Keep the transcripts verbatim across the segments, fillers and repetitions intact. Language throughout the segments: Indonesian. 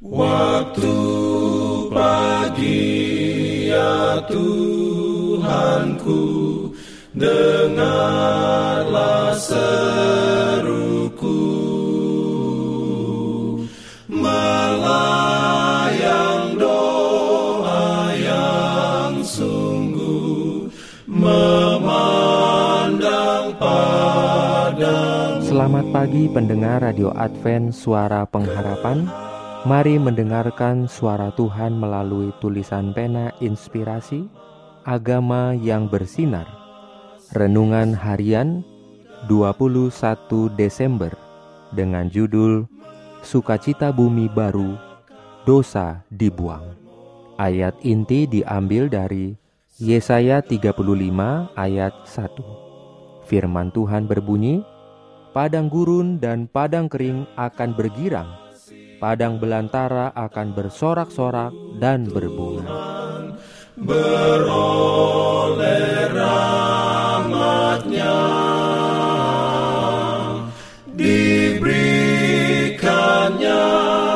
Waktu pagi ya Tuhanku, dengarlah seruku, melayang doa yang sungguh, memandang padamu. Selamat pagi pendengar Radio Advent Suara Pengharapan. Mari mendengarkan suara Tuhan melalui tulisan pena inspirasi Agama yang Bersinar. Renungan harian dua puluh satu Desember dengan judul Sukacita Bumi Baru, Dosa Dibuang. Ayat inti diambil dari Yesaya tiga puluh lima ayat satu. Firman Tuhan berbunyi, padang gurun dan padang kering akan bergirang, padang belantara akan bersorak-sorak dan berbunga. Beroleh rahmat-Nya, diberikannya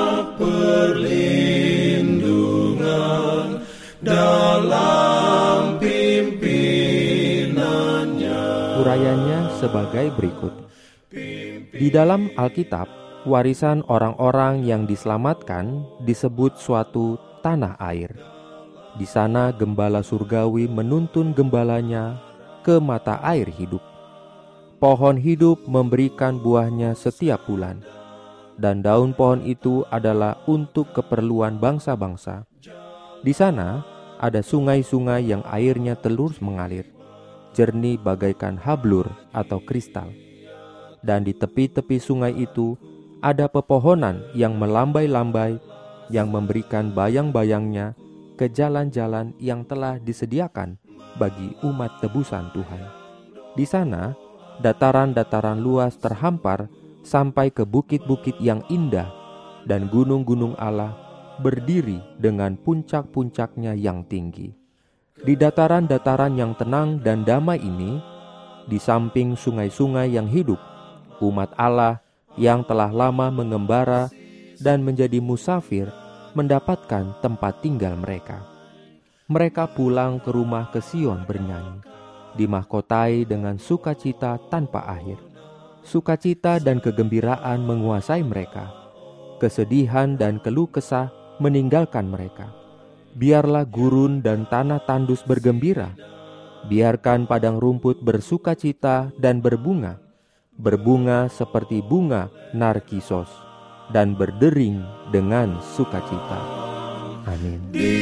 perlindungan dalam pimpinannya. Urayanya sebagai berikut. Di dalam Alkitab, warisan orang-orang yang diselamatkan disebut suatu tanah air. Di sana gembala surgawi menuntun gembalanya ke mata air hidup. Pohon hidup memberikan buahnya setiap bulan, dan daun pohon itu adalah untuk keperluan bangsa-bangsa. Di sana ada sungai-sungai yang airnya terus mengalir, jernih bagaikan hablur atau kristal. Dan di tepi-tepi sungai itu ada pepohonan yang melambai-lambai, yang memberikan bayang-bayangnya ke jalan-jalan yang telah disediakan bagi umat tebusan Tuhan. Di sana, dataran-dataran luas terhampar sampai ke bukit-bukit yang indah, dan gunung-gunung Allah berdiri dengan puncak-puncaknya yang tinggi. Di dataran-dataran yang tenang dan damai ini, di samping sungai-sungai yang hidup, umat Allah yang telah lama mengembara dan menjadi musafir mendapatkan tempat tinggal mereka. Mereka pulang ke rumah ke Sion bernyanyi, dimahkotai dengan sukacita tanpa akhir. Sukacita dan kegembiraan menguasai mereka. Kesedihan dan keluh kesah meninggalkan mereka. Biarlah gurun dan tanah tandus bergembira. Biarkan padang rumput bersukacita dan berbunga. Berbunga seperti bunga narkisos, dan berdering dengan sukacita. Amin.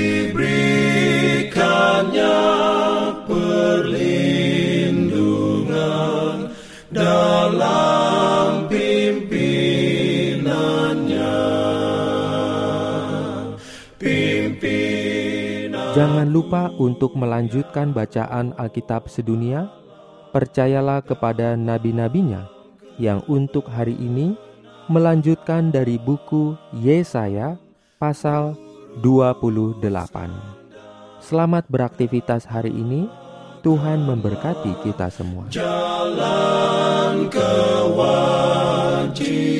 Diberikannya perlindungan dalam pimpinannya. Pimpinan. Jangan lupa untuk melanjutkan bacaan Alkitab sedunia. Percayalah kepada nabi-nabinya yang untuk hari ini melanjutkan dari buku Yesaya pasal dua puluh delapan. Selamat beraktivitas hari ini. Tuhan memberkati kita semua. Jalan kewajiban